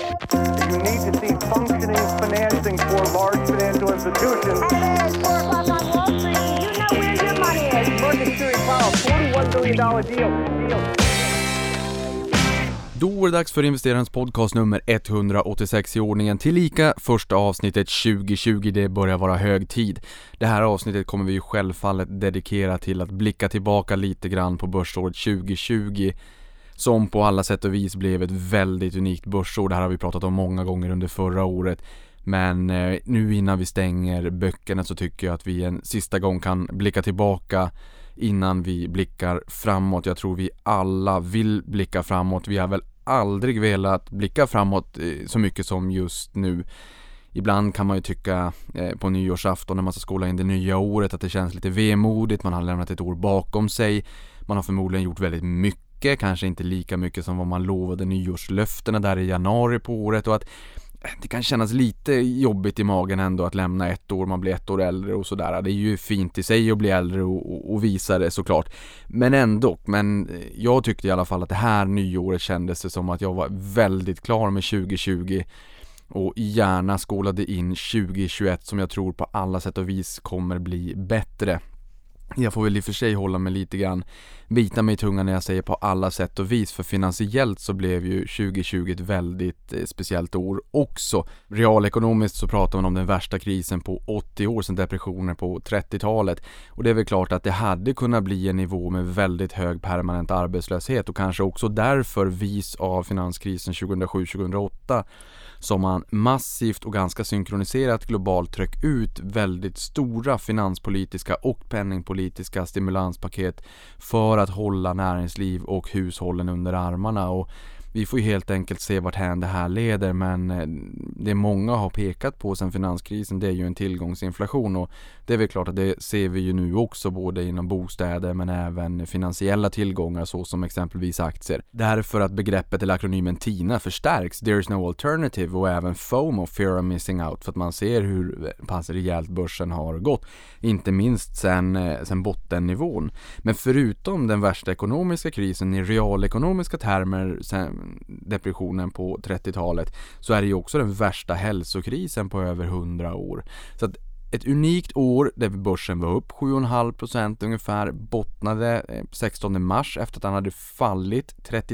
You need to see functioning financing for large financial institutions. Hello, 4 o'clock on Wall Street. You know where your money is. Market Security Powell, $41 billion deal. Då är det dags för investerarens podcast nummer 186 i ordningen, tillika första avsnittet 2020. Det börjar vara hög tid. Det här avsnittet kommer vi ju självfallet dedikera till att blicka tillbaka lite grann på börsåret 2020, som på alla sätt och vis blev ett väldigt unikt börsår. Det här har vi pratat om många gånger under förra året. Men nu innan vi stänger böckerna så tycker jag att vi en sista gång kan blicka tillbaka innan vi blickar framåt. Jag tror vi alla vill blicka framåt. Vi har väl aldrig velat blicka framåt så mycket som just nu. Ibland kan man ju tycka på nyårsafton när man ska skåla in det nya året att det känns lite vemodigt. Man har lämnat ett år bakom sig. Man har förmodligen gjort väldigt mycket. Kanske inte lika mycket som vad man lovade nyårslöftena där i januari på året. Och att det kan kännas lite jobbigt i magen ändå att lämna ett år, man blir ett år äldre och sådär. Det är ju fint i sig att bli äldre och visa det såklart. Men ändå, jag tyckte i alla fall att det här nyåret kändes det som att jag var väldigt klar med 2020 och gärna skålade in 2021 som jag tror på alla sätt och vis kommer bli bättre. Jag får väl i och för sig hålla mig lite grann, bita mig i tungan när jag säger på alla sätt och vis, för finansiellt så blev ju 2020 ett väldigt speciellt år också. Realekonomiskt så pratar man om den värsta krisen på 80 år sedan depressionen på 30-talet, och det är väl klart att det hade kunnat bli en nivå med väldigt hög permanent arbetslöshet, och kanske också därför vis av finanskrisen 2007-2008 som man massivt och ganska synkroniserat globalt tryck ut väldigt stora finanspolitiska och penningpolitiska stimulanspaket för att hålla näringsliv och hushållen under armarna. Och vi får ju helt enkelt se vart hän det här leder, men det många har pekat på sedan finanskrisen, det är ju en tillgångsinflation, och det är väl klart att det ser vi ju nu också både inom bostäder men även finansiella tillgångar så som exempelvis aktier. Därför att begreppet eller akronymen TINA förstärks, there is no alternative, och även FOMO, fear of missing out, för att man ser hur pass rejält börsen har gått, inte minst sen bottennivån. Men förutom den värsta ekonomiska krisen i realekonomiska termer sen depressionen på 30-talet så är det ju också den värsta hälsokrisen på över 100 år. Så att ett unikt år där börsen var upp 7,5% ungefär, bottnade 16 mars efter att han hade fallit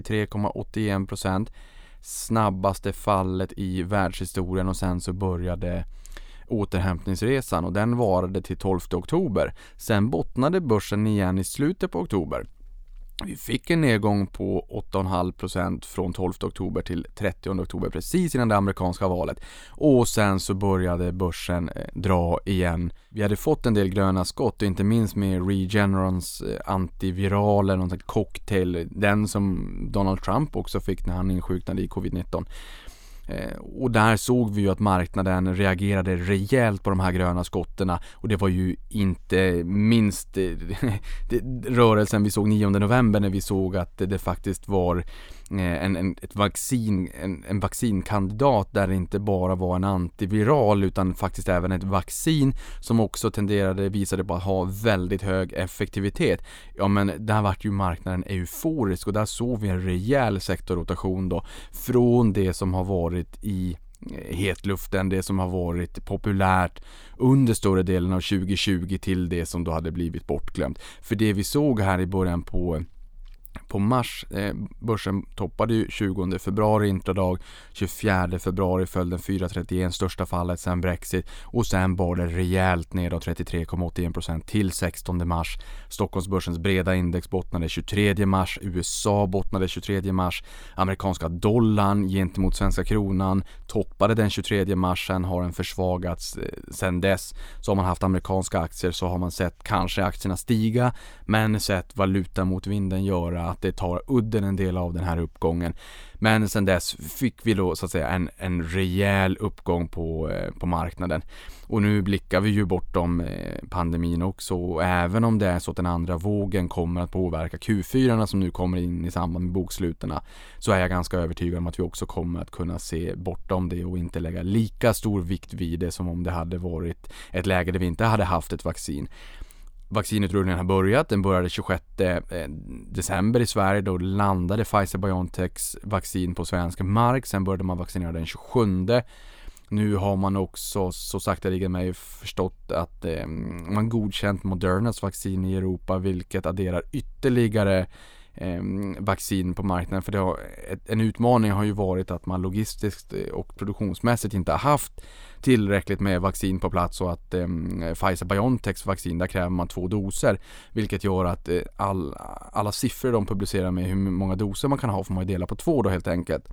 33,81%, snabbaste fallet i världshistorien, och sen så började återhämtningsresan och den varade till 12 oktober. Sen bottnade börsen igen i slutet på oktober. Vi fick en nedgång på 8,5% från 12 oktober till 30 oktober, precis innan det amerikanska valet. Och sen så började börsen dra igen. Vi hade fått en del gröna skott, inte minst med Regenerons antiviraler, någon slags cocktail, den som Donald Trump också fick när han insjuknade i covid-19. Och där såg vi ju att marknaden reagerade rejält på de här gröna skotterna, och det var ju inte minst rörelsen vi såg 9 november när vi såg att det faktiskt var en vaccinkandidat där det inte bara var en antiviral utan faktiskt även ett vaccin som också visade på att ha väldigt hög effektivitet. Ja, men där vart ju marknaden euforisk, och där såg vi en rejäl sektorrotation då från det som har varit i hetluften, det som har varit populärt under större delen av 2020 till det som då hade blivit bortglömt. För det vi såg här i början på mars, börsen toppade ju 20 februari intradag, 24 februari följde 4,31 största fallet sen Brexit, och sen bar det rejält ner då 33,81% till 16 mars. Stockholmsbörsens breda index bottnade 23 mars, USA bottnade 23 mars, amerikanska dollarn gentemot svenska kronan toppade den 23 mars, sen har den försvagats sen dess. Så har man haft amerikanska aktier så har man sett kanske aktierna stiga, men sett valuta mot vinden göra att det tar udden en del av den här uppgången. Men sen dess fick vi då så att säga en rejäl uppgång på marknaden. Och nu blickar vi ju bortom pandemin också. Och även om det är så att den andra vågen kommer att påverka Q4 som nu kommer in i samband med boksluterna, så är jag ganska övertygad om att vi också kommer att kunna se bortom det och inte lägga lika stor vikt vid det som om det hade varit ett läge där vi inte hade haft ett vaccin. Vaccinutrullningen har börjat. Den började 26 december i Sverige. Då landade Pfizer-BioNTechs vaccin på svensk mark. Sen började man vaccinera den 27. Nu har man också, så sakta ligger mig, förstått att man godkänt Modernas vaccin i Europa, vilket adderar ytterligare vaccin på marknaden. För en utmaning har ju varit att man logistiskt och produktionsmässigt inte har haft tillräckligt med vaccin på plats, och att Pfizer-BioNTechs vaccin, där kräver man 2 doser, vilket gör att alla siffror de publicerar med hur många doser man kan ha får man dela på 2 då helt enkelt.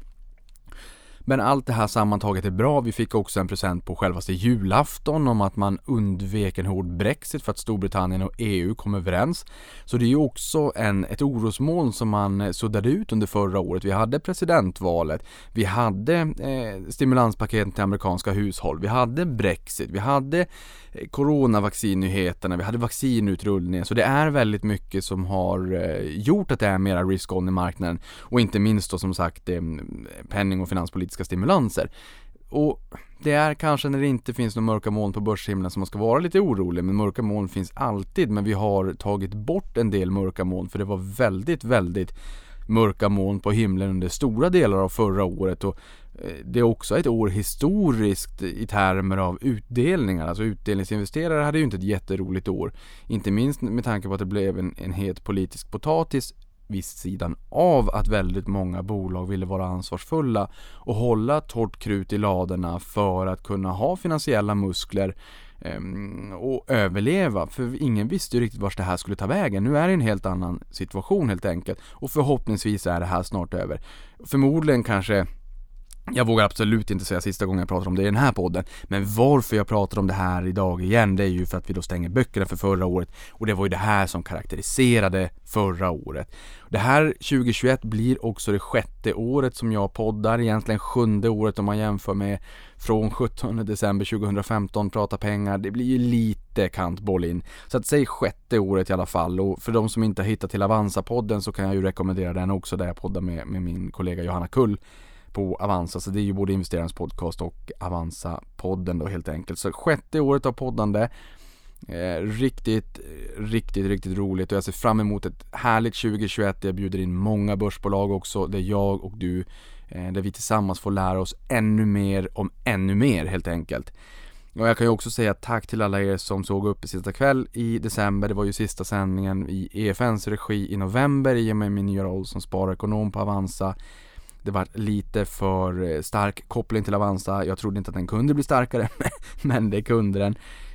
Men allt det här sammantaget är bra. Vi fick också en present på självaste julafton om att man undvek en hård Brexit för att Storbritannien och EU kom överens. Så det är ju också ett orosmoln som man suddade ut under förra året. Vi hade presidentvalet, vi hade stimulanspaket till amerikanska hushåll, vi hade Brexit, vi hade coronavaccinnyheterna, vi hade vaccinutrullningen. Så det är väldigt mycket som har gjort att det är mera risk-on i marknaden, och inte minst då som sagt penning- och finanspolitiska stimulanser. Och det är kanske när det inte finns några mörka moln på börshimlen som man ska vara lite orolig, men mörka moln finns alltid. Men vi har tagit bort en del mörka moln, för det var väldigt, väldigt mörka moln på himlen under stora delar av förra året, och det är också ett år historiskt i termer av utdelningar. Alltså utdelningsinvesterare hade ju inte ett jätteroligt år, inte minst med tanke på att det blev en het politisk potatis vid sidan av att väldigt många bolag ville vara ansvarsfulla och hålla torrt krut i ladorna för att kunna ha finansiella muskler och överleva. För ingen visste ju riktigt vart det här skulle ta vägen. Nu är det en helt annan situation helt enkelt, och förhoppningsvis är det här snart över. Förmodligen kanske, jag vågar absolut inte säga sista gången jag pratar om det i den här podden, men varför jag pratar om det här idag igen, det är ju för att vi då stänger böckerna för förra året, och det var ju det här som karaktäriserade förra året. Det här 2021 blir också det 6:e året som jag poddar, egentligen 7:e året om man jämför med från 17 december 2015 prata pengar. Det blir ju lite kantboll in, så att säg 6:e året i alla fall. Och för de som inte har hittat till Avanza-podden så kan jag ju rekommendera den också, där jag poddar med min kollega Johanna Kull på Avanza. Så det är ju både investerarens podcast och Avanza-podden då helt enkelt. Så 6:e året av poddande, riktigt roligt, och jag ser fram emot ett härligt 2021. Jag bjuder in många börsbolag också, där jag och du, där vi tillsammans får lära oss ännu mer om ännu mer helt enkelt. Och jag kan ju också säga tack till alla er som såg upp i sista kväll i december. Det var ju sista sändningen i EFNs regi i november i och med min nya roll som sparekonom på Avanza. Det var lite för stark koppling till Avanza. Jag trodde inte att den kunde bli starkare, men det kunde den.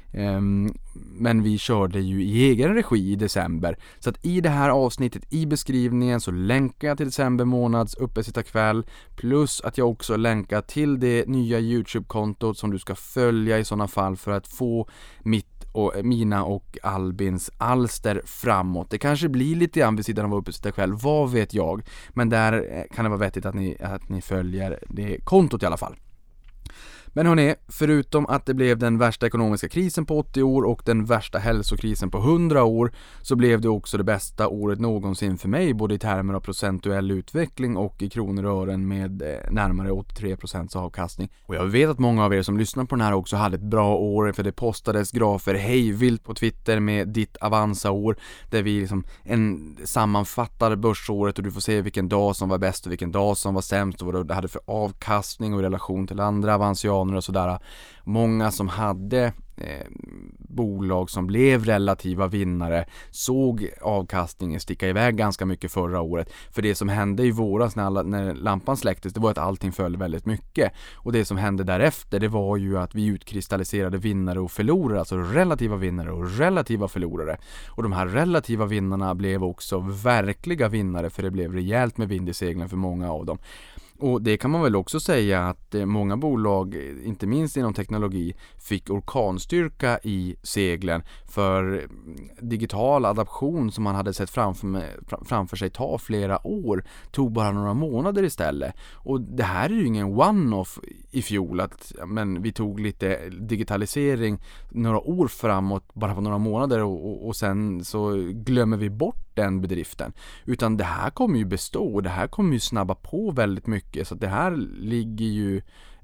Men vi körde ju i egen regi i december. Så att i det här avsnittet, i beskrivningen, så länkar jag till december månads uppesittarkväll, plus att jag också länkar till det nya YouTube-kontot som du ska följa i sådana fall för att få mina och Albins alster framåt. Det kanske blir lite grann vid sidan av uppesittarkväll, vad vet jag. Men där kan det vara vettigt att ni följer det kontot i alla fall. Men hörni, förutom att det blev den värsta ekonomiska krisen på 80 år och den värsta hälsokrisen på 100 år, så blev det också det bästa året någonsin för mig, både i termer av procentuell utveckling och i kronor och ören, med närmare 83% avkastning. Och jag vet att många av er som lyssnar på den här också hade ett bra år, för det postades grafer hejvilt på Twitter med ditt Avanza-år, där vi liksom sammanfattar börsåret, och du får se vilken dag som var bäst och vilken dag som var sämst och vad det hade för avkastning och i relation till andra avansianer och sådär. Många som hade bolag som blev relativa vinnare såg avkastningen sticka iväg ganska mycket förra året. För det som hände i våras när lampan släcktes, det var att allting föll väldigt mycket. Och det som hände därefter, det var ju att vi utkristalliserade vinnare och förlorare, alltså relativa vinnare och relativa förlorare. Och de här relativa vinnarna blev också verkliga vinnare, för det blev rejält med vind i seglen för många av dem. Och det kan man väl också säga att många bolag, inte minst inom teknologi, fick orkanstyrka i seglen, för digital adaption som man hade sett framför sig ta flera år tog bara några månader istället. Och det här är ju ingen one-off i fjol, men vi tog lite digitalisering några år framåt bara på några månader och sen så glömmer vi bort den bedriften. Utan det här kommer ju bestå, och det här kommer ju snabba på väldigt mycket, så att det här ligger ju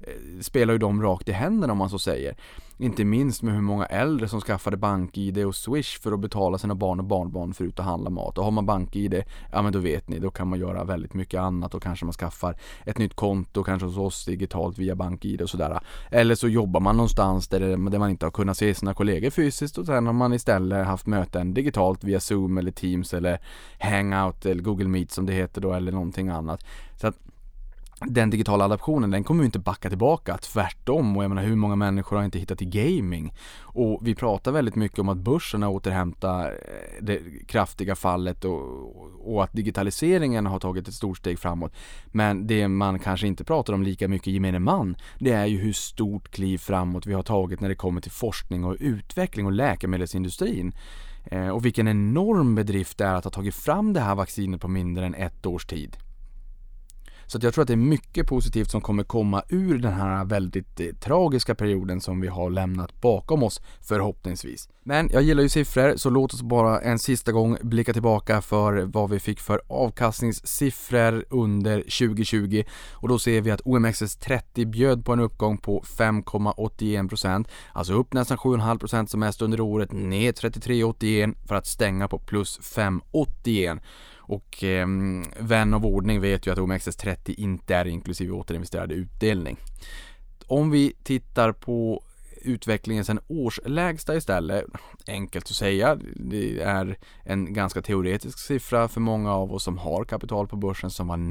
spelar ju de rakt i händerna om man så säger. Inte minst med hur många äldre som skaffade BankID och Swish för att betala sina barn och barnbarn för ut och handla mat. Och har man BankID, ja men då vet ni, då kan man göra väldigt mycket annat och kanske man skaffar ett nytt konto kanske hos oss digitalt via BankID och sådär. Eller så jobbar man någonstans där man inte har kunnat se sina kollegor fysiskt och sen har man istället haft möten digitalt via Zoom eller Teams eller Hangout eller Google Meet som det heter då eller någonting annat. Så att den digitala adaptionen, den kommer ju inte backa tillbaka, tvärtom. Och jag menar, hur många människor har inte hittat i gaming? Och vi pratar väldigt mycket om att börsen har återhämtat det kraftiga fallet och att digitaliseringen har tagit ett stort steg framåt. Men det man kanske inte pratar om lika mycket gemene man, det är ju hur stort kliv framåt vi har tagit när det kommer till forskning och utveckling och läkemedelsindustrin. Och vilken enorm bedrift det är att ha tagit fram det här vaccinet på mindre än 1 års tid. Så att jag tror att det är mycket positivt som kommer komma ur den här väldigt tragiska perioden som vi har lämnat bakom oss förhoppningsvis. Men jag gillar ju siffror, så låt oss bara en sista gång blicka tillbaka för vad vi fick för avkastningssiffror under 2020. Och då ser vi att OMXS30 bjöd på en uppgång på 5,81%. Alltså upp nästan 7,5% som mest under året, ner 33,81 för att stänga på plus 5,81. Och vän av ordning vet ju att OMXS30 inte är inklusive återinvesterad utdelning. Om vi tittar på utvecklingen sedan årslägsta istället, enkelt att säga, det är en ganska teoretisk siffra för många av oss som har kapital på börsen som var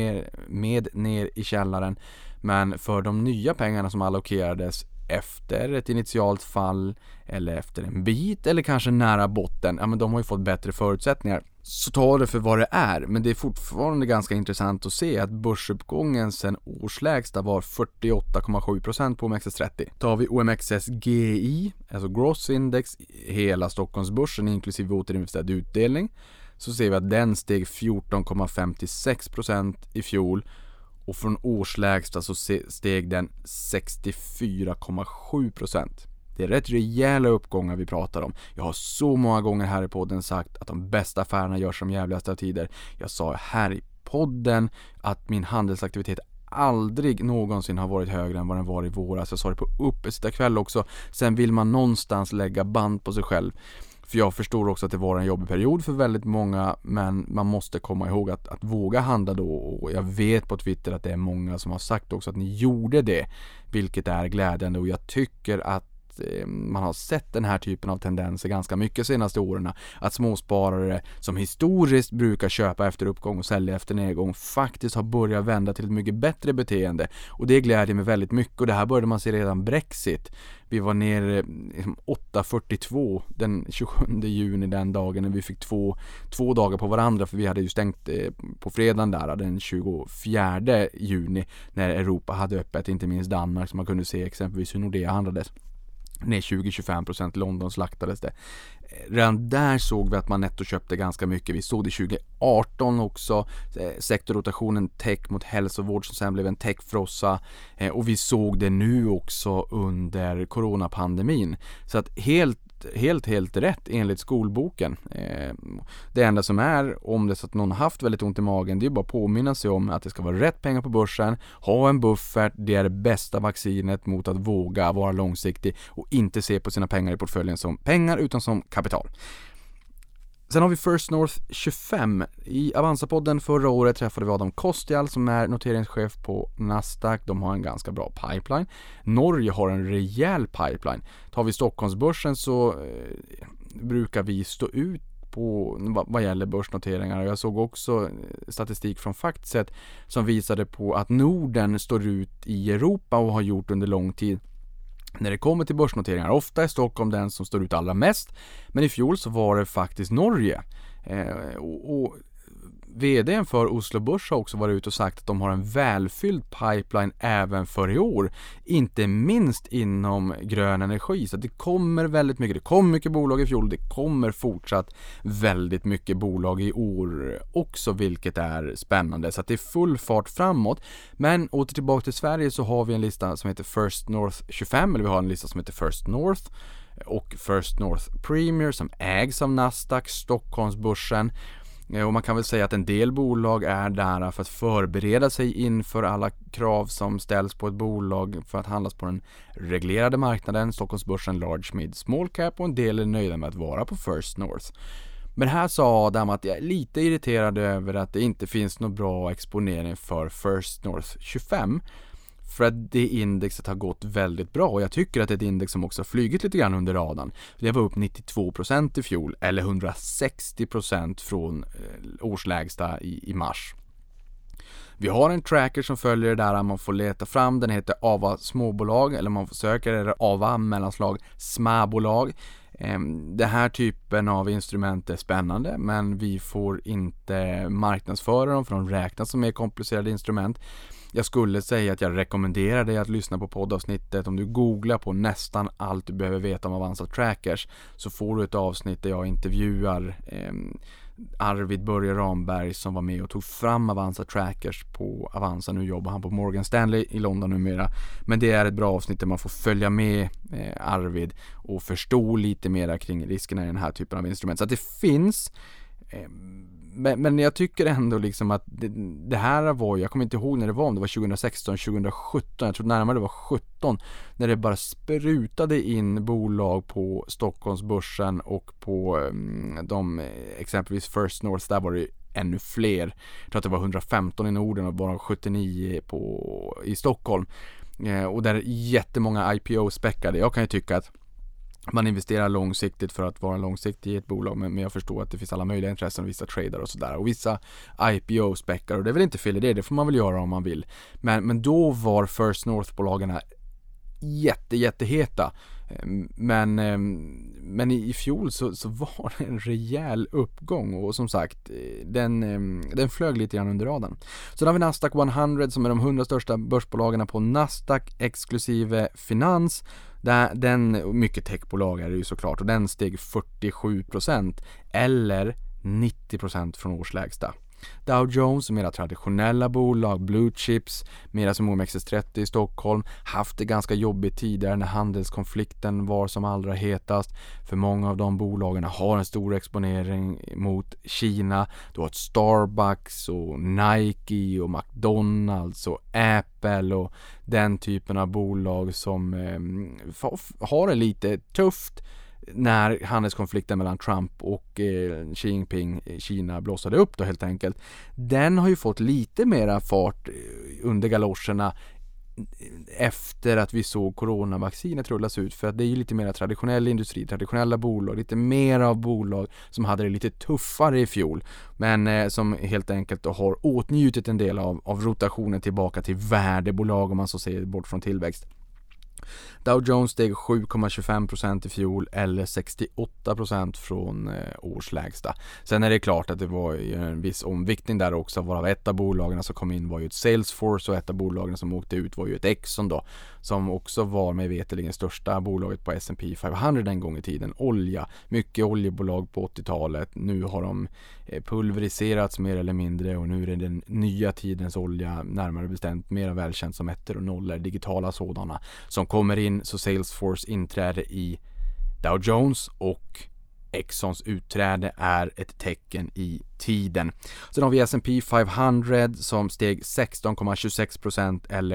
ner i källaren. Men för de nya pengarna som allokerades efter ett initialt fall eller efter en bit eller kanske nära botten, ja men de har ju fått bättre förutsättningar. Så tar det för vad det är, men det är fortfarande ganska intressant att se att börsuppgången sen årslägsta var 48,7% på OMXS30. Tar vi OMXSGI, alltså Gross Index, hela Stockholmsbörsen inklusive återinvesterad utdelning, så ser vi att den steg 14,56% i fjol. Och från årslägsta så steg den 64,7%. Det är rätt rejäla uppgångar vi pratar om. Jag har så många gånger här i podden sagt att de bästa affärerna görs som jävligaste av tider. Jag sa här i podden att min handelsaktivitet aldrig någonsin har varit högre än vad den var i våras. Jag sa det på uppesittarkväll också. Sen vill man någonstans lägga band på sig själv. För jag förstår också att det var en jobbig period för väldigt många, men man måste komma ihåg att våga handla då. Och jag vet på Twitter att det är många som har sagt också att ni gjorde det, vilket är glädjande. Och jag tycker att man har sett den här typen av tendenser ganska mycket senaste åren, att småsparare som historiskt brukar köpa efter uppgång och sälja efter nedgång faktiskt har börjat vända till ett mycket bättre beteende, och det glädjer mig väldigt mycket. Och det här började man se redan Brexit. Vi var nere 8,42 den 27 juni, den dagen när vi fick två dagar på varandra, för vi hade ju stängt på fredagen där den 24 juni när Europa hade öppet, inte minst Danmark, som man kunde se exempelvis hur Nordea handlades. Ner 20-25%, London slaktades det. Redan där såg vi att man netto köpte ganska mycket. Vi såg det 2018 också, sektorrotationen tech mot hälsovård som sen blev en techfrossa, och vi såg det nu också under coronapandemin. Så att helt rätt enligt skolboken. Det enda som är, om det så att någon har haft väldigt ont i magen, det är bara att påminna sig om att det ska vara rätt pengar på börsen, ha en buffert, det är det bästa vaccinet mot att våga vara långsiktig och inte se på sina pengar i portföljen som pengar utan som kapital. Sen har vi First North 25. I Avanza-podden förra året träffade vi Adam Kostial som är noteringschef på Nasdaq. De har en ganska bra pipeline. Norge har en rejäl pipeline. Tar vi Stockholmsbörsen så brukar vi stå ut på vad gäller börsnoteringar. Jag såg också statistik från Factset som visade på att Norden står ut i Europa och har gjort under lång tid. När det kommer till börsnoteringar, ofta är Stockholm den som står ut allra mest, men i fjol så var det faktiskt Norge. Och vdn för Oslo Börs har också varit ute och sagt att de har en välfylld pipeline även för i år, inte minst inom grön energi. Så det kommer väldigt mycket, det kom mycket bolag i fjol, det kommer fortsatt väldigt mycket bolag i år också, vilket är spännande. Så att det är full fart framåt. Men åter tillbaka till Sverige så har vi en lista som heter First North 25, eller vi har en lista som heter First North och First North Premier som ägs av Nasdaq, Stockholmsbörsen. Och man kan väl säga att en del bolag är där för att förbereda sig inför alla krav som ställs på ett bolag för att handlas på den reglerade marknaden, Stockholmsbörsen Large Mid Small Cap, och en del är nöjda med att vara på First North. Men här sa Adam att jag är lite irriterad över att det inte finns någon bra exponering för First North 25. För att det indexet har gått väldigt bra, och jag tycker att det är ett index som också har flygit lite grann under radarn. Det var upp 92% i fjol, eller 160% från årslägsta i mars. Vi har en tracker som följer det där, man får leta fram, den heter AVA småbolag, eller man får söka det AVA mellanslag småbolag. Det här typen av instrument är spännande, men vi får inte marknadsföra dem för de räknas som mer komplicerade instrument. Jag skulle säga att jag rekommenderar dig att lyssna på poddavsnittet. Om du googlar på nästan allt du behöver veta om Avanza Trackers, så får du ett avsnitt där jag intervjuar Arvid Börje Ramberg som var med och tog fram Avanza Trackers på Avanza. Nu jobbar han på Morgan Stanley i London numera. Men det är ett bra avsnitt där man får följa med Arvid och förstå lite mer kring riskerna i den här typen av instrument. Så att det finns... Men jag tycker ändå liksom att det här var, jag kommer inte ihåg när det var, om det var 2016, 2017, jag tror närmare det var 17, när det bara sprutade in bolag på Stockholmsbörsen och på de exempelvis First North, där var det ännu fler. Jag tror att det var 115 i Norden och bara 79 i Stockholm. Och där jättemånga IPO-späckade. Jag kan ju tycka att man investerar långsiktigt för att vara långsiktig i ett bolag, men jag förstår att det finns alla möjliga intressen, vissa trader och sådär, och vissa IPO-späckar, och det är väl inte fel i det får man väl göra om man vill. Men då var First North-bolagen jätteheta. Men i fjol så var det en rejäl uppgång, och som sagt den flög lite grann under radarn. Så då har vi Nasdaq 100 som är de 100 största börsbolagen på Nasdaq exklusive finans. Den mycket techbolag är det ju såklart, och den steg 47% eller 90% från årslägsta. Dow Jones, mera traditionella bolag, blue chips, mera som OMXS30 i Stockholm, haft det ganska jobbigt tidigare när handelskonflikten var som allra hetast. För många av de bolagen har en stor exponering mot Kina. Du har ett Starbucks och Nike och McDonalds och Apple och den typen av bolag som har det lite tufft när handelskonflikten mellan Trump och Xi Jinping, Kina, blossade upp då helt enkelt. Den har ju fått lite mera fart under galoscherna efter att vi såg coronavaccinet rullas ut, för att det är ju lite mer traditionell industri, traditionella bolag, lite mer av bolag som hade det lite tuffare i fjol, men som helt enkelt har åtnjutit en del av rotationen tillbaka till värdebolag, om man så säger, bort från tillväxt. Dow Jones steg 7,25% i fjol eller 68% från årslägsta. Sen är det klart att det var en viss omviktning där också, varav ett av bolagen som kom in var ju ett Salesforce, och ett av bolagen som åkte ut var ju ett Exxon då, som också var med veterligen största bolaget på S&P 500 en gång i tiden. Olja, mycket oljebolag på 80-talet. Nu har de pulveriserats mer eller mindre, och nu är det den nya tidens olja, närmare bestämt mer välkänt som ettor och nollor, digitala sådana, som kommer in. Så Salesforce inträde i Dow Jones och Exxons utträde är ett tecken i tiden. Sen har vi S&P 500 som steg 16,26% eller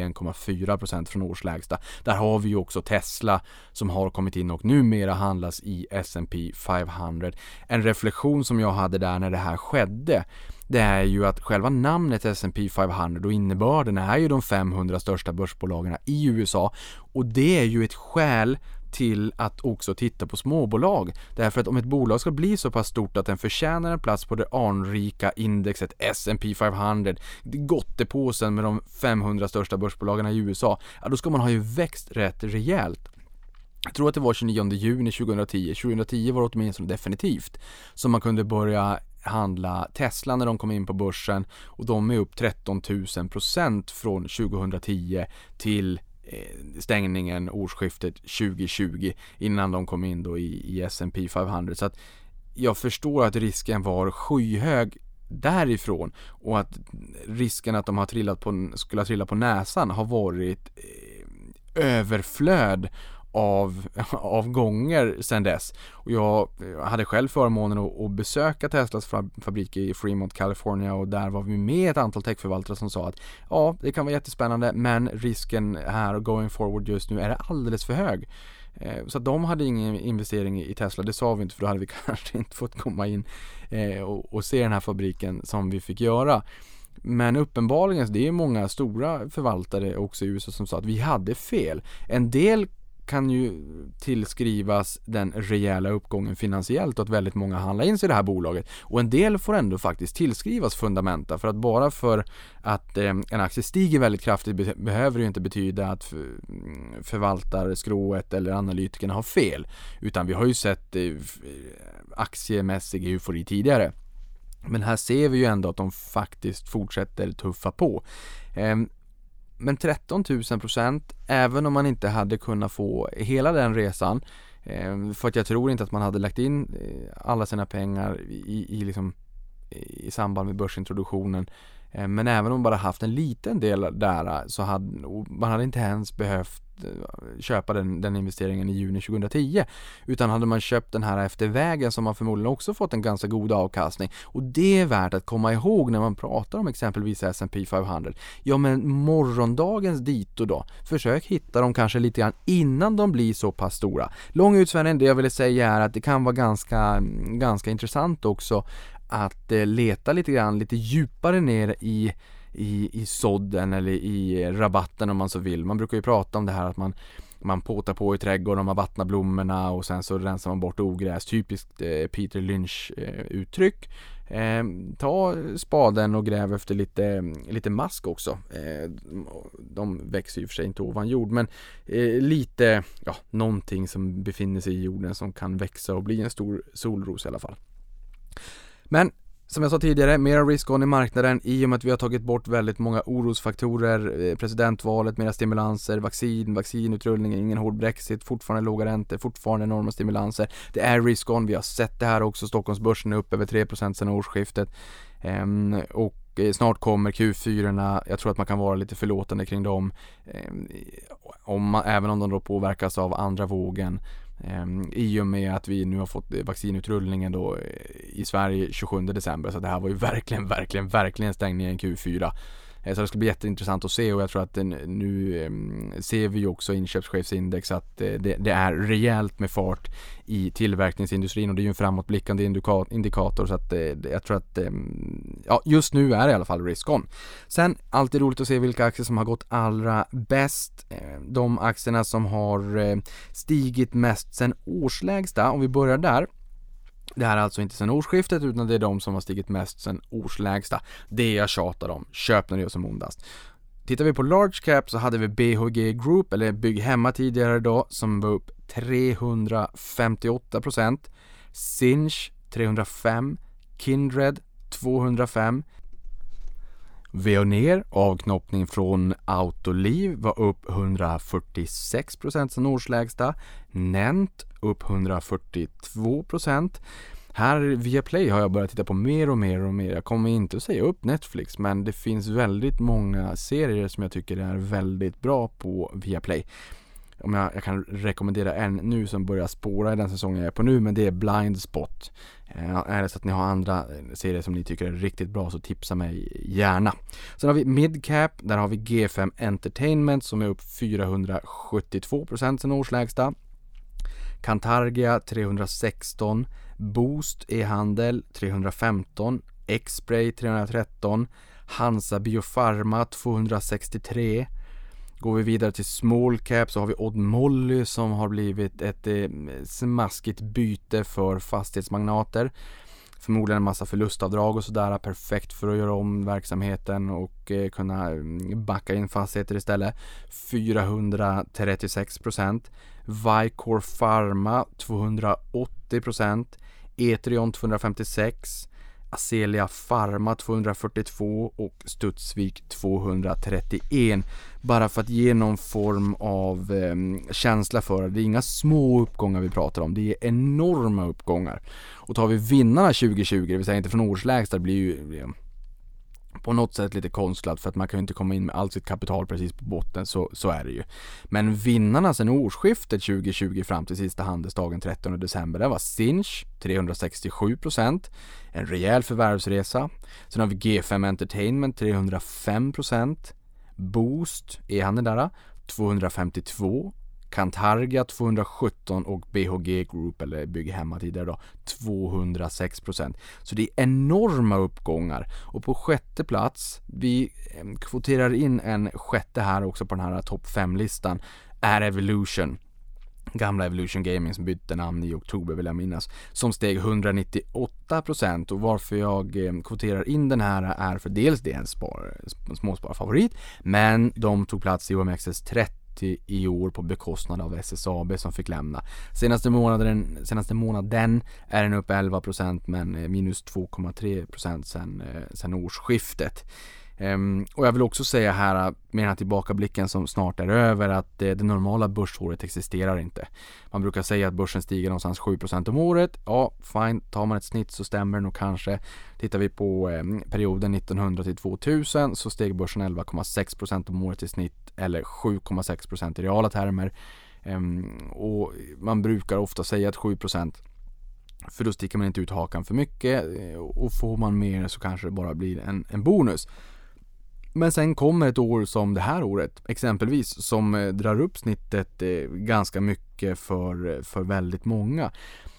71,4% från årslägsta. Där har vi ju också Tesla som har kommit in och numera handlas i S&P 500. En reflektion som jag hade där när det här skedde, det är ju att själva namnet S&P 500 och innebörden är ju de 500 största börsbolagen i USA, och det är ju ett skäl till att också titta på småbolag. Därför att om ett bolag ska bli så pass stort att den förtjänar en plats på det anrika indexet S&P 500, gottepåsen med de 500 största börsbolagen i USA, ja, då ska man ha ju växt rätt rejält. Jag tror att det var 29 juni 2010. 2010 var det åtminstone definitivt så man kunde börja handla Tesla när de kom in på börsen, och de är upp 13 000% från 2010 till stängningen årsskiftet 2020 innan de kom in då i S&P 500. Så att jag förstår att risken var skyhög därifrån, och att risken att de skulle ha trillat på näsan har varit överflöd av gånger sedan dess. Och jag hade själv förmånen att besöka Teslas fabrik i Fremont, California, och där var vi med ett antal techförvaltare som sa att ja, det kan vara jättespännande, men risken här och going forward just nu är alldeles för hög. Så att de hade ingen investering i Tesla, det sa vi inte, för då hade vi kanske inte fått komma in och se den här fabriken som vi fick göra. Men uppenbarligen, det är många stora förvaltare också i USA som sa att vi hade fel. En del kan ju tillskrivas den rejäla uppgången finansiellt och att väldigt många handlar in sig i det här bolaget. Och en del får ändå faktiskt tillskrivas fundamenta, för att bara för att en aktie stiger väldigt kraftigt behöver det ju inte betyda att förvaltarskrået eller analytikerna har fel. Utan vi har ju sett aktiemässig eufori tidigare. Men här ser vi ju ändå att de faktiskt fortsätter tuffa på. Men 13 000%, även om man inte hade kunnat få hela den resan, för att jag tror inte att man hade lagt in alla sina pengar i samband med börsintroduktionen, men även om man bara haft en liten del där, så hade man inte ens behövt köpa den investeringen i juni 2010, utan hade man köpt den här efter vägen, som man förmodligen också fått en ganska god avkastning. Och det är värt att komma ihåg när man pratar om exempelvis S&P 500. Ja, men morgondagens dito då, försök hitta dem kanske lite grann innan de blir så pass stora. Lång utsvängning, det jag ville säga är att det kan vara ganska intressant också att leta lite djupare ner i sådden eller i rabatten, om man så vill. Man brukar ju prata om det här att man påtar på i trädgården, man vattnar blommorna och sen så rensar man bort ogräs. Typiskt Peter Lynch uttryck. Ta spaden och gräv efter lite mask också. De växer ju för sig inte ovan jord, men någonting som befinner sig i jorden som kan växa och bli en stor solros i alla fall. Men som jag sa tidigare, mera risk-on i marknaden i och med att vi har tagit bort väldigt många orosfaktorer, presidentvalet, mera stimulanser, vaccinutrullning, ingen hård Brexit, fortfarande låga räntor, fortfarande enorma stimulanser. Det är risk-on, vi har sett det här också, Stockholmsbörsen är upp över 3% sedan årsskiftet, och snart kommer Q4-erna. Jag tror att man kan vara lite förlåtande kring dem, även om de då påverkas av andra vågen. I och med att vi nu har fått vaccinutrullningen då i Sverige 27 december, så det här var ju verkligen stängning i en Q4. Så det ska bli jätteintressant att se, och jag tror att nu ser vi också inköpschefsindex att det är rejält med fart i tillverkningsindustrin, och det är ju en framåtblickande indikator, så att jag tror att just nu är det i alla fall risk on. Sen alltid roligt att se vilka aktier som har gått allra bäst. De aktierna som har stigit mest sen årslägsta, om vi börjar där. Det här är alltså inte sen årsskiftet, utan det är de som har stigit mest sen årslägsta. Det jag tjatar om. Köp när det är som ondast. Tittar vi på large cap så hade vi BHG Group, eller Bygg Hemma tidigare idag, som var upp 358%. Sinch 305%. Kindred 205%. Veoneer, avknoppning från Autoliv, var upp 146% sen årslägsta. Nent upp 142%. Här via Play har jag börjat titta på mer och mer. Jag kommer inte att säga upp Netflix, men det finns väldigt många serier som jag tycker är väldigt bra på via Play. Om jag kan rekommendera en nu som börjar spåra i den säsongen jag är på nu, men det är Blind Spot. Är det så att ni har andra serier som ni tycker är riktigt bra, så tipsa mig gärna. Sen har vi Midcap, där har vi G5 Entertainment som är upp 472% sen årslägsta. Cantargia 316, Boost e-handel 315, Xspray 313, Hansa Biofarma 263. Går vi vidare till small cap så har vi Odd Molly som har blivit ett smaskigt byte för fastighetsmagnater. Förmodligen en massa förlustavdrag och sådär, perfekt för att göra om verksamheten och kunna backa in fastigheter istället. 436%. Vicor Pharma 280%. Etrion 256%. Acelia Pharma 242 och Studsvik 231. Bara för att ge någon form av känsla för det. Det är inga små uppgångar vi pratar om. Det är enorma uppgångar. Och tar vi vinnarna 2020, det vill säga inte från årslägsta, det blir ju på något sätt lite konstlat, för att man kan ju inte komma in med allt sitt kapital precis på botten, så är det ju. Men vinnarna sen årsskiftet 2020 fram till sista handelsdagen 13 december, det var Sinch 367%, en rejäl förvärvsresa. Sen har vi G5 Entertainment 305%, Boost, e-handeln där, 252%, Cantargia 217 och BHG Group, eller Bygg Hemma tidigare då, 206%. Så det är enorma uppgångar. Och på sjätte plats, vi kvoterar in en sjätte här också på den här topp 5-listan, är Evolution. Gamla Evolution Gaming som bytte namn i oktober vill jag minnas, som steg 198%. Och varför jag kvoterar in den här är för dels det är en småsparfavorit, men de tog plats i OMXS30 i år på bekostnad av SSAB som fick lämna. Senaste månaden är den upp 11%, men minus 2,3% sen årsskiftet. Och jag vill också säga här med den här tillbakablicken som snart är över, att det normala börsåret existerar inte. Man brukar säga att börsen stiger någonstans 7% om året. Ja, fine, tar man ett snitt så stämmer det nog kanske. Tittar vi på perioden 1900 till 2000 så steg börsen 11,6% om året i snitt, eller 7,6% i reala termer. Och man brukar ofta säga att 7%, för då sticker man inte ut hakan för mycket, och får man mer så kanske det bara blir en bonus. Men sen kommer ett år som det här året exempelvis, som drar upp snittet ganska mycket för väldigt många.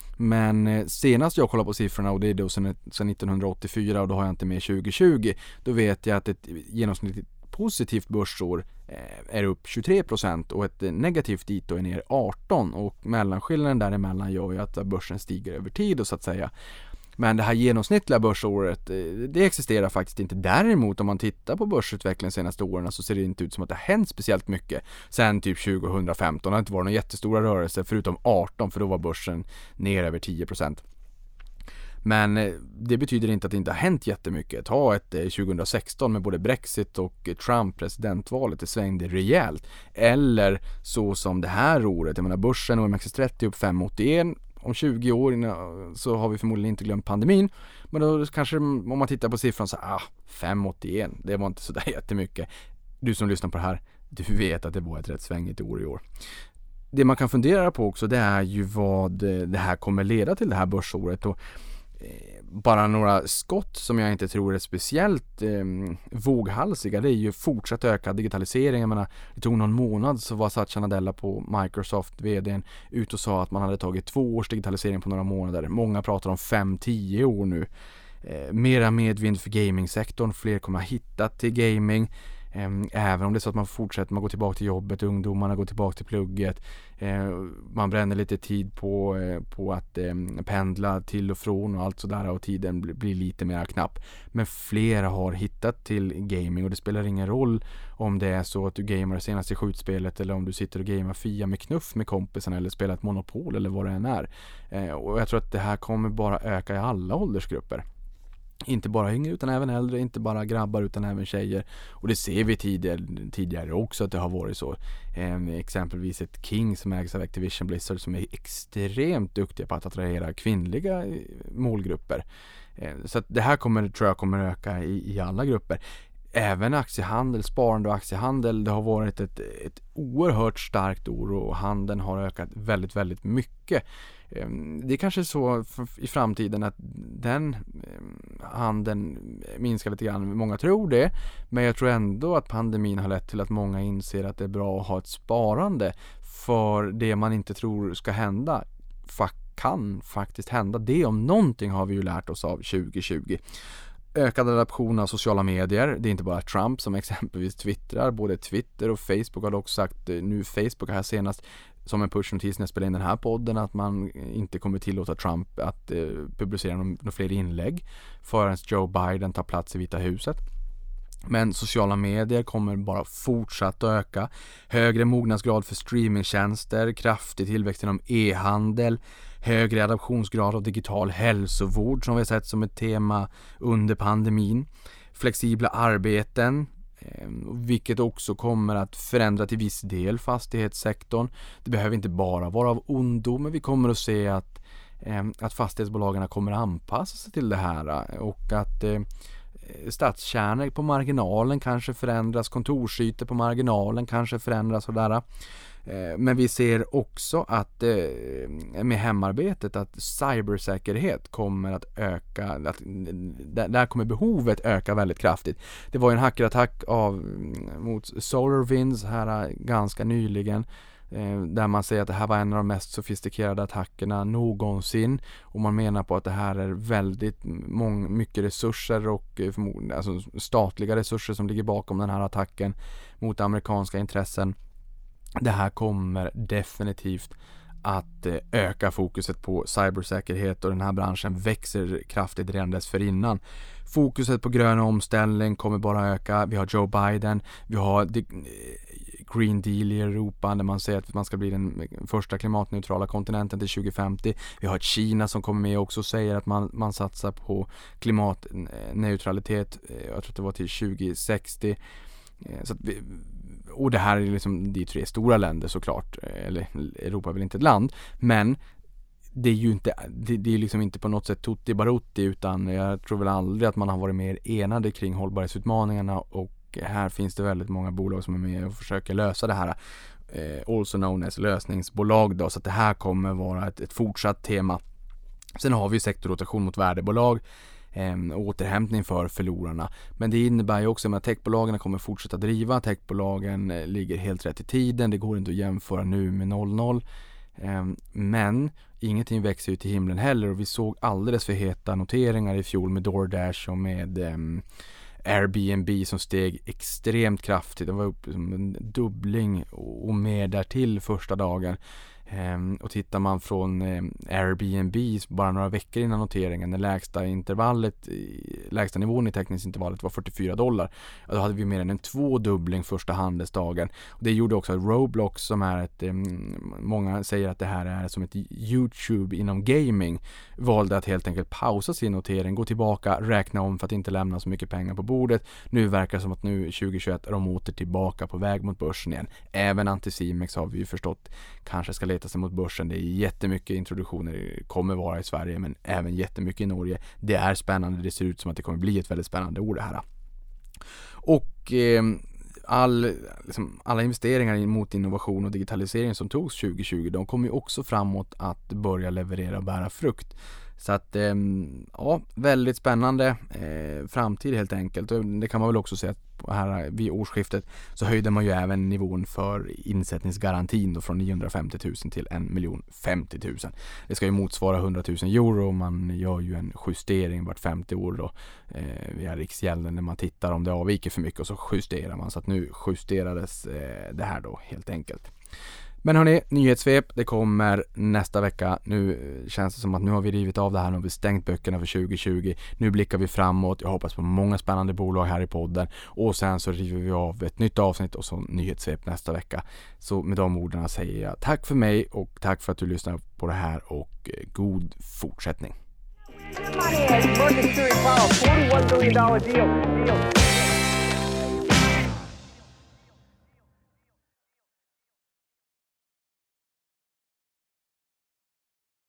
Men senast jag kollade på siffrorna, och det är då sedan 1984, och då har jag inte med 2020, då vet jag att ett genomsnittligt positivt börsår är upp 23% och ett negativt dit är ner 18%, och mellanskillnaden däremellan gör ju att börsen stiger över tid, och så att säga. Men det här genomsnittliga börsåret, det existerar faktiskt inte. Däremot om man tittar på börsutvecklingen de senaste åren, så ser det inte ut som att det har hänt speciellt mycket. Sen typ 2015 har det inte varit någon jättestora rörelser, förutom 18, för då var börsen ner över 10%. Men det betyder inte att det inte har hänt jättemycket. Ta ett 2016 med både Brexit och Trump, presidentvalet, det svängde rejält. Eller så som det här året, jag menar börsen och OMXS30 upp 5,81. Om 20 år så har vi förmodligen inte glömt pandemin. Men då kanske, om man tittar på siffran, så 5,81, det var inte så där jättemycket. Du som lyssnar på det här, du vet att det var ett rätt svängigt år i år. Det man kan fundera på också, det är ju vad det här kommer leda till, det här börsåret. Och bara några skott som jag inte tror är speciellt våghalsiga, det är ju fortsatt ökad digitalisering. Jag menar, det tog någon månad så var Satya Nadella på Microsoft, vdn, ut och sa att man hade tagit 2 års digitalisering på några månader. Många pratar om 5-10 år nu. Mera medvind för gamingsektorn, fler kommer ha hittat till gaming. Även om det är så att man fortsätter, man går tillbaka till jobbet, ungdomarna går tillbaka till plugget, man bränner lite tid på att pendla till och från och allt sådär, och tiden blir lite mer knapp. Men flera har hittat till gaming, och det spelar ingen roll om det är så att du gamar senast i skjutspelet, eller om du sitter och gamar Fia med knuff med kompisen, eller spelar ett Monopol, eller vad det än är. Och jag tror att det här kommer bara öka i alla åldersgrupper. Inte bara yngre utan även äldre, inte bara grabbar utan även tjejer. Och det ser vi tidigare också att det har varit så. Exempelvis ett King som ägs av Activision Blizzard, som är extremt duktiga på att attrahera kvinnliga målgrupper. Så att det här tror jag kommer öka i alla grupper. Även aktiehandel, sparande och aktiehandel, det har varit ett oerhört starkt år, och handeln har ökat väldigt, väldigt mycket. Det är kanske så i framtiden att den handeln minskar lite grann. Många tror det, men jag tror ändå att pandemin har lett till att många inser att det är bra att ha ett sparande, för det man inte tror ska hända kan faktiskt hända. Det om någonting har vi ju lärt oss av 2020. Ökad adaption av sociala medier. Det är inte bara Trump som exempelvis twittrar. Både Twitter och Facebook har också sagt, nu Facebook här senast som en pushnotis när jag spelar in den här podden, att man inte kommer tillåta Trump att publicera några fler inlägg förrän Joe Biden tar plats i Vita huset. Men sociala medier kommer bara fortsatt att öka. Högre mognadsgrad för streamingtjänster, kraftig tillväxt inom e-handel, högre adaptionsgrad av digital hälsovård som vi har sett som ett tema under pandemin. Flexibla arbeten, vilket också kommer att förändra till viss del fastighetssektorn. Det behöver inte bara vara av ondo, men vi kommer att se att fastighetsbolagen kommer att anpassa sig till det här, och att stadskärnor på marginalen kanske förändras, kontorsytor på marginalen kanske förändras och där. Men vi ser också att med hemarbetet att cybersäkerhet kommer att öka, att där kommer behovet öka väldigt kraftigt. Det var en hackerattack mot SolarWinds här ganska nyligen, där man säger att det här var en av de mest sofistikerade attackerna någonsin, och man menar på att det här är väldigt mycket resurser och alltså statliga resurser som ligger bakom den här attacken mot amerikanska intressen. Det här kommer definitivt att öka fokuset på cybersäkerhet, och den här branschen växer kraftigt redan dessförinnan. Fokuset på grön omställning kommer bara öka. Vi har Joe Biden, vi har Green Deal i Europa där man säger att man ska bli den första klimatneutrala kontinenten till 2050. Vi har ett Kina som kommer med också och säger att man satsar på klimatneutralitet, jag tror att det var till 2060. Så att och det här är liksom de 3 stora länder såklart, eller Europa är väl inte ett land, men det är ju inte, det är liksom inte på något sätt tutti barutti, utan jag tror väl aldrig att man har varit mer enade kring hållbarhetsutmaningarna, och här finns det väldigt många bolag som är med och försöker lösa det här, also known as lösningsbolag då, så att det här kommer vara ett fortsatt tema. Sen har vi sektorrotation mot värdebolag, återhämtning för förlorarna, men det innebär ju också att techbolagen kommer fortsätta driva. Techbolagen ligger helt rätt i tiden, det går inte att jämföra nu med 00, men ingenting växer ju till himlen heller, och vi såg alldeles för heta noteringar i fjol med DoorDash och med Airbnb som steg extremt kraftigt. Det var upp som en dubbling och mer därtill första dagen. Och tittar man från Airbnb bara några veckor innan noteringen, när lägsta nivån i teckningsintervallet var $44, då hade vi mer än en 2-dubbling första handelsdagen. Och det gjorde också att Roblox, som är många säger att det här är som ett YouTube inom gaming, valde att helt enkelt pausa sin notering, gå tillbaka, räkna om för att inte lämna så mycket pengar på bordet. Nu verkar det som att nu 2021 är de åter tillbaka på väg mot börsen igen. Även Anticimex har vi ju förstått kanske ska leta sig mot börsen. Det är jättemycket introduktioner kommer vara i Sverige, men även jättemycket i Norge. Det är spännande, det ser ut som att det kommer bli ett väldigt spännande år det här. Och alla investeringar mot innovation och digitalisering som togs 2020, de kommer ju också framåt att börja leverera och bära frukt. Så att ja, väldigt spännande framtid helt enkelt. Och det kan man väl också säga att här vid årsskiftet så höjde man ju även nivån för insättningsgarantin då från 950 000 till 1 050 000. Det ska ju motsvara 100 000 euro, och man gör ju en justering vart 50 år då via Riksgälden när man tittar om det avviker för mycket, och så justerar man. Så att nu justerades det här då helt enkelt. Men hörni, nyhetssvep, det kommer nästa vecka. Nu känns det som att nu har vi rivit av det här, nu har vi stängt böckerna för 2020. Nu blickar vi framåt, jag hoppas på många spännande bolag här i podden. Och sen så river vi av ett nytt avsnitt och så nyhetssvep nästa vecka. Så med de orden säger jag tack för mig och tack för att du lyssnar på det här, och god fortsättning. Market Security Power, $41 billion deal.